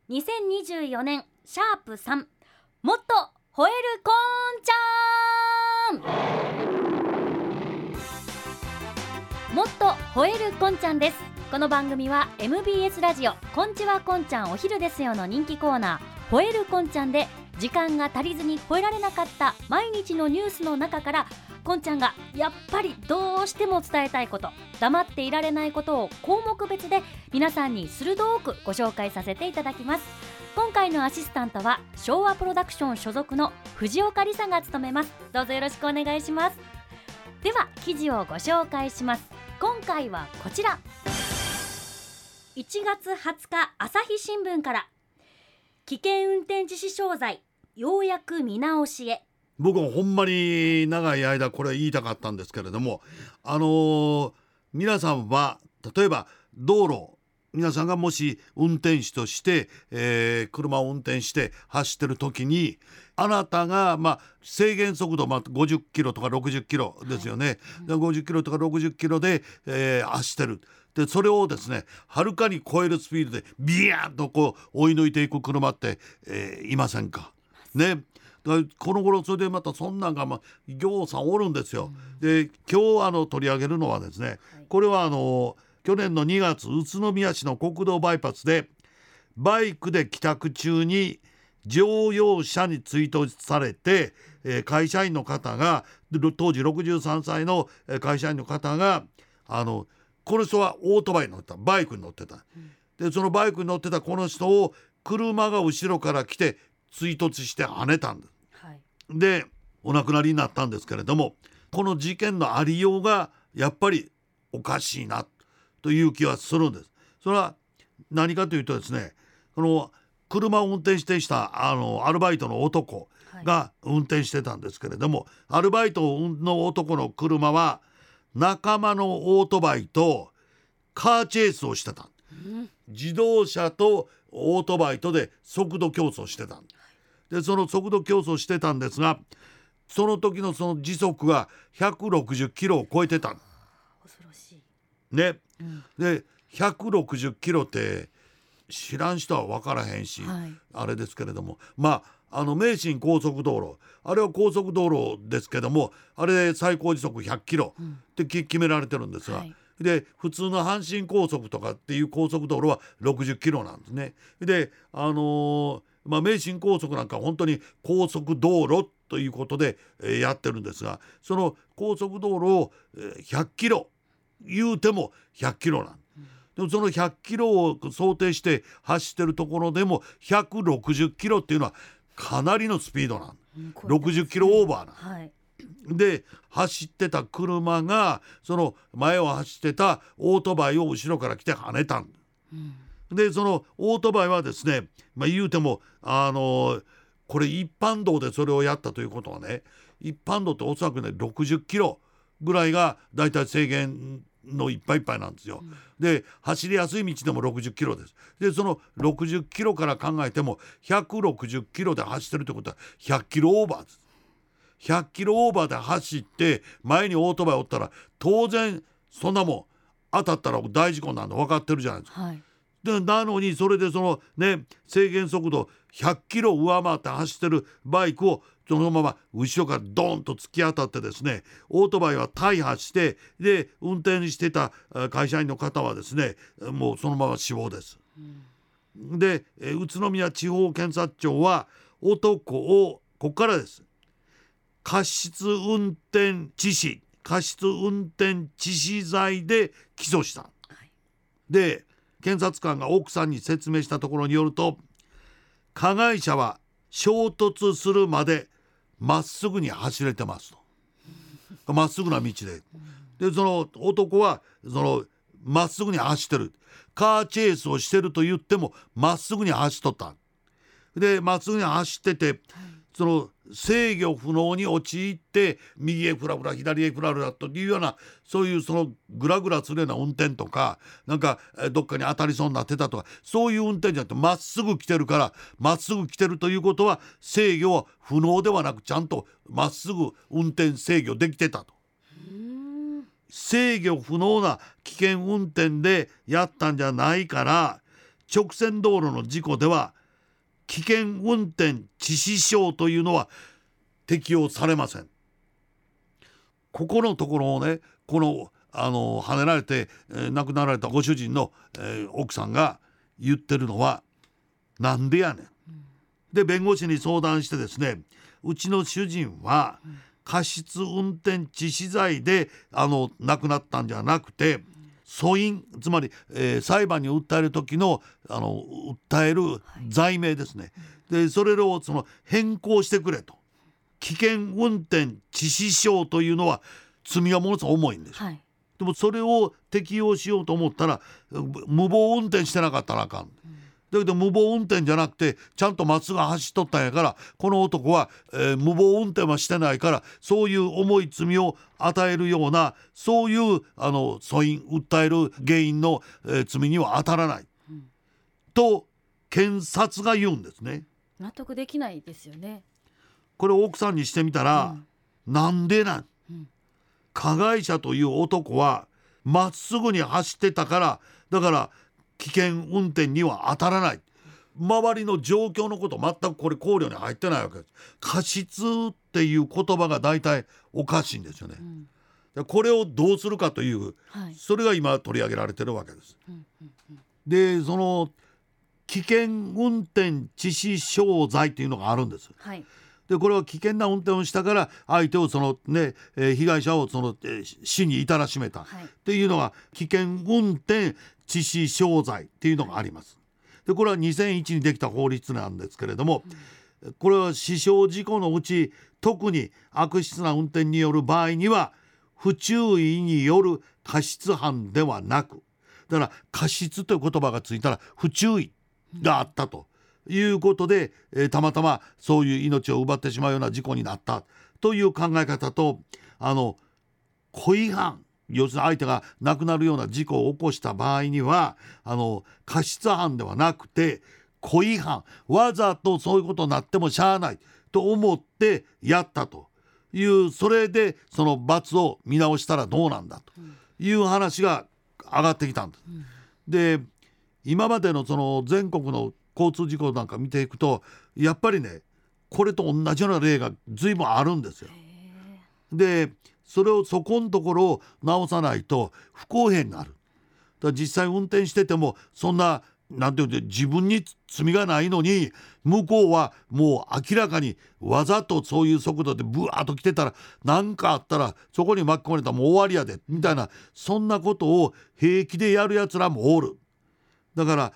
2024年シャープ3、もっと吠えるこんちゃん。もっと吠えるこんちゃんです。この番組は MBS ラジオこんちはこんちゃんお昼ですよの人気コーナー、吠えるこんちゃんで時間が足りずに吠えられなかった毎日のニュースの中から、こんちゃんがやっぱりどうしても伝えたいこと、黙っていられないことを項目別で皆さんに鋭くご紹介させていただきます。今回のアシスタントは昭和プロダクション所属の藤岡里沙が務めます。どうぞよろしくお願いします。では記事をご紹介します。今回はこちら、1月20日朝日新聞から、危険運転致死傷罪ようやく見直しへ。 僕もほんまに長い間これ言いたかったんですけれども、皆さんは例えば道路、皆さんがもし運転手として、車を運転して走ってる時に、あなたが、制限速度、50キロとか60キロですよね、50キロとか60キロで、走ってる。でそれをですね、はるかに超えるスピードでビヤーンとこう追い抜いていく車って、いませんかね。この頃それでまたそんなんがぎょうさんおるんですよ。で今日取り上げるのはですね、これは去年の2月宇都宮市の国道バイパスでバイクで帰宅中に乗用車に追突されて、会社員の方が、当時63歳の会社員の方が、この人はオートバイに乗ってた、バイクに乗ってた。でそのバイクに乗ってたこの人を車が後ろから来て追突して跳ねたんです。でお亡くなりになったんですけれども、この事件のありようがやっぱりおかしいなという気はするんです。それは何かというとですね、この車を運転してしたアルバイトの男が運転してたんですけれども、アルバイトの男の車は仲間のオートバイとカーチェイスをしてた。自動車とオートバイとで速度競争してた。でその速度競争してたんですが、その時のその時速が160キロを超えてた。 恐ろしいね。で160キロって知らん人は分からへんし、あれですけれども、名神高速道路、あれは高速道路ですけども、あれ最高時速100キロって決められてるんですが、で普通の阪神高速とかっていう高速道路は60キロなんですね。で名神高速なんか本当に高速道路ということで、やってるんですが、その高速道路を100キロ言うても100キロなんでも、その100キロを想定して走ってるところでも160キロっていうのはかなりのスピードなん、60キロオーバーなん、で走ってた車がその前を走ってたオートバイを後ろから来て跳ねたん、でそのオートバイはですね、言うてもこれ一般道でそれをやったということはね、一般道っておそらくね60キロぐらいがだいたい制限のいっぱいいっぱいなんですよ。で走りやすい道でも60キロです。でその60キロから考えても160キロで走ってるってことは100キロオーバーです。100キロオーバーで走って前にオートバイおったら当然そんなもん当たったら大事故なんで分かってるじゃないですか。でなのにそれでそのね制限速度100キロ上回って走ってるバイクをそのまま後ろからドーンと突き当たってですね、オートバイは大破して、で運転してた会社員の方はですねもうそのまま死亡です。で宇都宮地方検察庁は男をここからです、過失運転致死罪で起訴した。で検察官が奥さんに説明したところによると、加害者は衝突するまでまっすぐに走れてますと、まっすぐな道で、その男はそのまっすぐに走ってる、カーチェイスをしてると言ってもまっすぐに走っとった。でまっすぐに走ってて、その制御不能に陥って右へフラフラ左へフラフラというような、そういうそのグラグラするような運転とか、なんかどっかに当たりそうになってたとか、そういう運転じゃなくてまっすぐ来てるから、まっすぐ来てるということは制御は不能ではなく、ちゃんとまっすぐ運転制御できてたと。制御不能な危険運転でやったんじゃないから、 直線道路の事故では危険運転致死傷というのは適用されません。ここのところをね、この跳ねられて、亡くなられたご主人の、奥さんが言ってるのはなんでやねん。で弁護士に相談してですね、うちの主人は過失運転致死罪で亡くなったんじゃなくて、訴因、つまり、裁判に訴える時の訴える罪名ですね、でそれを変更してくれと。危険運転致死傷というのは罪はものすごく重いんです、でもそれを適用しようと思ったら無謀運転してなかったらあかん、だけど無謀運転じゃなくてちゃんとまっすぐ走っとったんやから、この男は、無謀運転はしてないからそういう重い罪を与えるような、そういう訴因、訴える原因の、罪には当たらない、と検察が言うんですね。 納得できないですよね。 これを奥さんにしてみたら、なんでなん、加害者という男はまっすぐに走ってたから、だから危険運転には当たらない。周りの状況のこと全くこれ考慮に入ってないわけです。過失っていう言葉が大体おかしいんですよね、これをどうするかという、それが今取り上げられてるわけです、でその危険運転致死傷罪というのがあるんです、でこれは危険な運転をしたから相手を被害者を死に至らしめたっていうのが危険運転致死傷罪っていうのがあります。でこれは2001にできた法律なんですけれども、これは死傷事故のうち特に悪質な運転による場合には不注意による過失犯ではなく、だから過失という言葉がついたら不注意があったということで、たまたまそういう命を奪ってしまうような事故になったという考え方と、故意犯、要するに相手が亡くなるような事故を起こした場合には過失犯ではなくて故意犯、わざとそういうことになってもしゃあないと思ってやったという、それでその罰を見直したらどうなんだという話が上がってきたんです、で今までのその全国の交通事故なんか見ていくとやっぱりね、これと同じような例が随分あるんですよ。でそれをそこのところを直さないと不公平になる。だから実際運転しててもそんななんていうの、自分に罪がないのに向こうはもう明らかにわざとそういう速度でブワーッと来てたら、何かあったらそこに巻き込まれたらもう終わりやでみたいな、そんなことを平気でやるやつらもおる。だから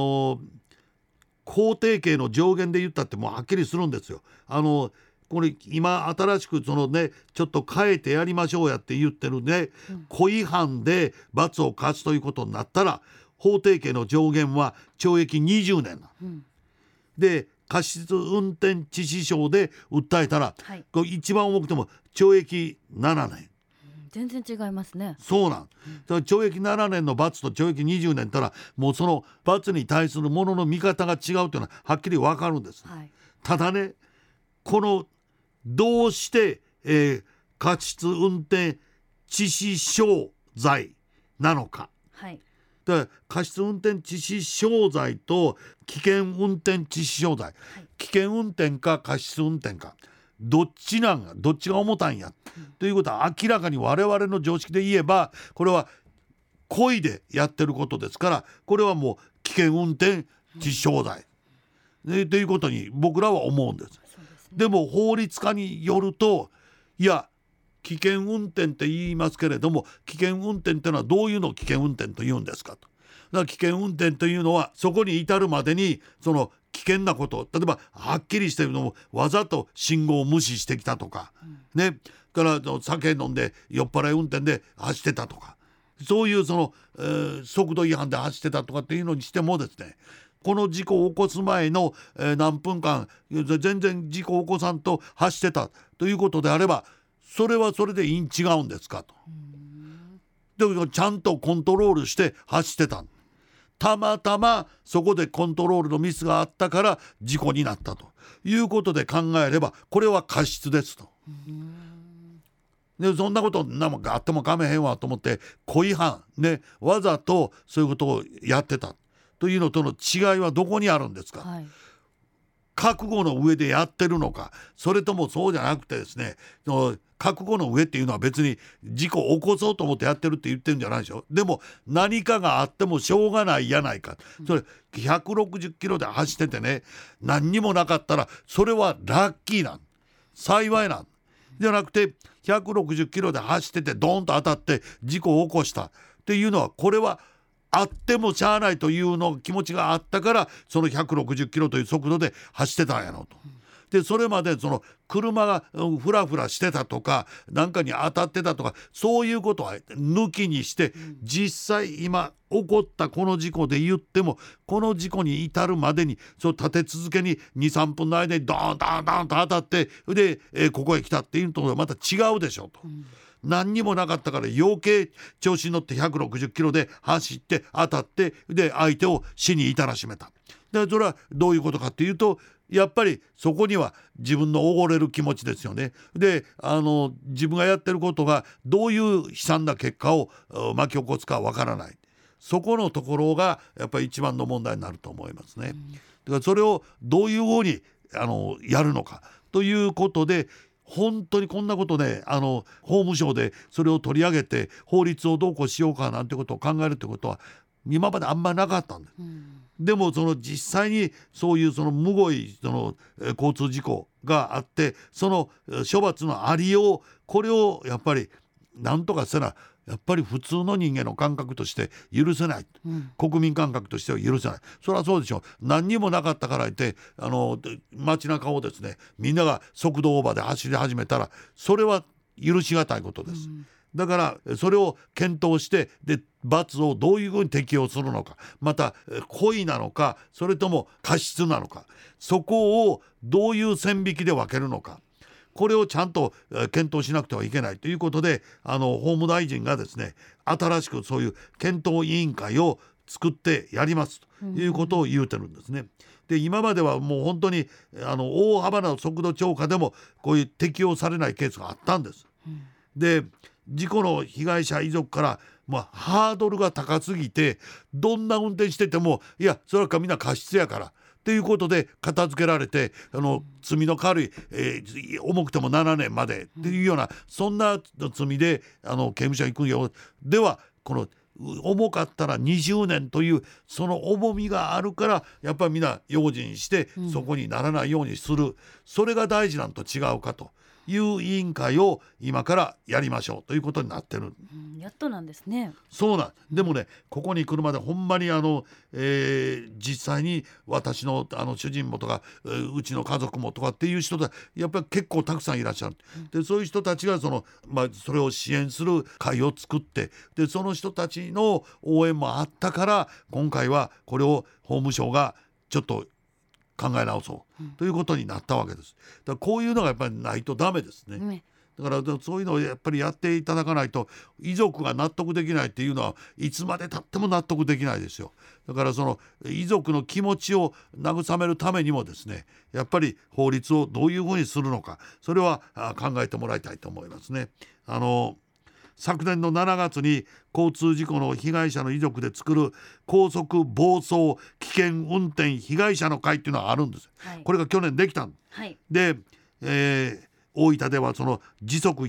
法定刑の上限で言ったってもうはっきりするんですよ。これ今新しくちょっと変えてやりましょうやって言ってるね、故意犯で罰を課すということになったら法定刑の上限は懲役20年な、で過失運転致死傷で訴えたら、これ一番重くても懲役7年、 全然違いますね。 そうなん、だから懲役7年の罰と懲役20年ったらもうその罰に対するものの見方が違うというのははっきり分かるんです、ただね、このどうして、過失運転致死傷罪なのか、だから過失運転致死傷罪と危険運転致死傷罪、危険運転か過失運転かどっちが重たいんや、ということは明らかに我々の常識で言えばこれは故意でやってることですから、これはもう危険運転致死傷罪、ということに僕らは思うんです。でも法律家によると、いや危険運転って言いますけれども、危険運転っていうのはどういうのを危険運転と言うんですかと。だから危険運転というのはそこに至るまでにその危険なこと、例えばはっきりしてるのもわざと信号を無視してきたとか、から酒飲んで酔っ払い運転で走ってたとか、そういう速度違反で走ってたとかっていうのにしてもですね、この事故を起こす前の、何分間全然事故を起こさんと走ってたということであれば、それはそれで違うんですかと。でちゃんとコントロールして走ってた。たまたまそこでコントロールのミスがあったから事故になったということで考えれば、これは過失ですと。でそんなことなんかあってもかめへんわと思って故意犯ね、わざとそういうことをやってたというのとの違いはどこにあるんですか。 はい、 覚悟の上でやってるのか、それともそうじゃなくてですね、覚悟の上っていうのは別に事故を起こそうと思ってやってるって言ってるんじゃないでしょ。でも何かがあってもしょうがないやないか。それ160キロで走っててね、何にもなかったらそれはラッキーなん、幸いなんじゃなくて、160キロで走っててドーンと当たって事故を起こしたっていうのは、これはあってもしゃあないというの気持ちがあったから、その160キロという速度で走ってたんやろと。でそれまでその車がフラフラしてたとか何かに当たってたとか、そういうことは抜きにして、実際今起こったこの事故で言っても、この事故に至るまでにそう立て続けに 2,3 分の間にドーンドーンドーンと当たって、で、ここへ来たっていうのとはまた違うでしょうと。何にもなかったから余計調子に乗って160キロで走って当たって、で相手を死に至らしめた。でそれはどういうことかっていうと、やっぱりそこには自分のおごれる気持ちですよね。で自分がやってることがどういう悲惨な結果を巻き起こすかわからない、そこのところがやっぱり一番の問題になると思いますね。だからそれをどういうふうにやるのかということで、本当にこんなことで法務省でそれを取り上げて法律をどうこうしようかなんてことを考えるってことは今まであんまりなかったんです。でもその実際にそういうそのむごい交通事故があって、その処罰のありよう、これをやっぱりなんとかせな、やっぱり普通の人間の感覚として許せない、国民感覚としては許せない。それはそうでしょう。何にもなかったから言って街中をですね、みんなが速度オーバーで走り始めたら、それは許しがたいことです。だからそれを検討して、で罰をどういうふうに適用するのか、また故意なのかそれとも過失なのか、そこをどういう線引きで分けるのか、これをちゃんと検討しなくてはいけないということで、法務大臣がですね、新しくそういう検討委員会を作ってやりますということを言うてるんですね。で今まではもう本当に大幅な速度超過でもこういう適用されないケースがあったんです。で事故の被害者遺族から、ハードルが高すぎて、どんな運転しててもいやそれはみんな過失やからっていうことで片付けられて、罪の軽い、重くても7年までっていうような、そんな罪で刑務所に行くよでは、この重かったら20年というその重みがあるから、やっぱりみんな用心してそこにならないようにする、それが大事なんと違うかという委員会を今からやりましょうということになってる。 やっとなんですね。 そうなんでもね、ここに来るまでほんまに実際に私の主人もとかうちの家族もとかっていう人がやっぱり結構たくさんいらっしゃる。でそういう人たちがそれを支援する会を作って、でその人たちの応援もあったから、今回はこれを法務省がちょっと考え直そうということになったわけです。だからこういうのがやっぱりないとダメですね。だからそういうのをやっぱりやっていただかないと、遺族が納得できないっていうのはいつまでたっても納得できないですよ。だからその遺族の気持ちを慰めるためにもですね、やっぱり法律をどういうふうにするのか、それは考えてもらいたいと思いますね。昨年の7月に交通事故の被害者の遺族で作る高速暴走危険運転被害者の会っていうのがあるんです、これが去年できたんで、大分ではその時速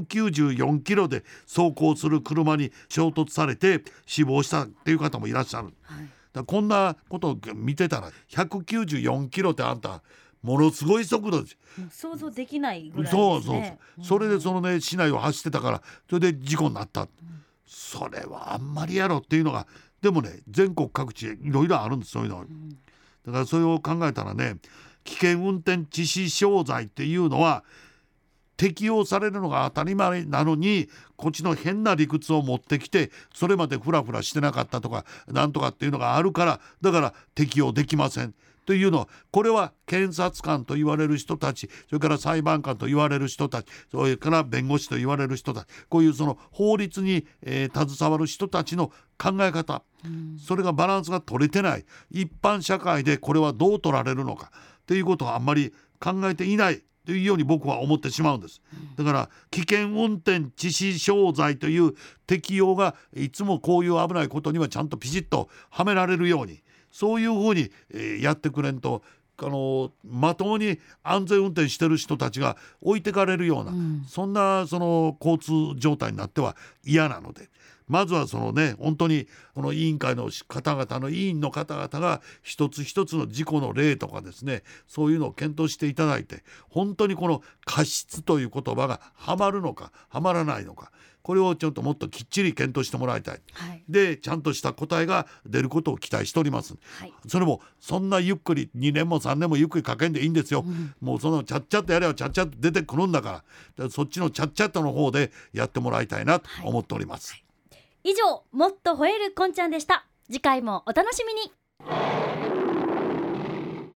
194キロで走行する車に衝突されて死亡したっていう方もいらっしゃる、だこんなことを見てたら、194キロってあんたものすごい速度です。 想像できないぐらいですね。 それでそのね市内を走ってたから、それで事故になった、それはあんまりやろっていうのが、でもね全国各地いろいろあるんです、そういうの、だからそれを考えたらね、危険運転致死傷罪っていうのは適用されるのが当たり前なのに、こっちの変な理屈を持ってきて、それまでフラフラしてなかったとかなんとかっていうのがあるから、だから適用できませんというのは、これは検察官と言われる人たち、それから裁判官と言われる人たち、それから弁護士と言われる人たち、こういうその法律に、携わる人たちの考え方、それがバランスが取れてない、一般社会でこれはどう取られるのかということはあんまり考えていないというように僕は思ってしまうんです。だから危険運転致死傷罪という適用がいつもこういう危ないことにはちゃんとピシッとはめられるように、 そういうふうに、やってくれんとまともに安全運転してる人たちが置いてかれるような、そんな交通状態になっては嫌なので、まずは本当にこの委員会の方々の委員の方々が一つ一つの事故の例とかですね、そういうのを検討していただいて、本当にこの過失という言葉がはまるのかはまらないのか、これをちょっともっときっちり検討してもらいたい、でちゃんとした答えが出ることを期待しております、それもそんなゆっくり2年も3年もゆっくりかけんでいいんですよ、もうそのちゃっちゃっとやればちゃっちゃっと出てくるんだから、そっちのちゃっちゃっとの方でやってもらいたいなと思っております、 以上もっと吠えるこんちゃんでした。次回もお楽しみに。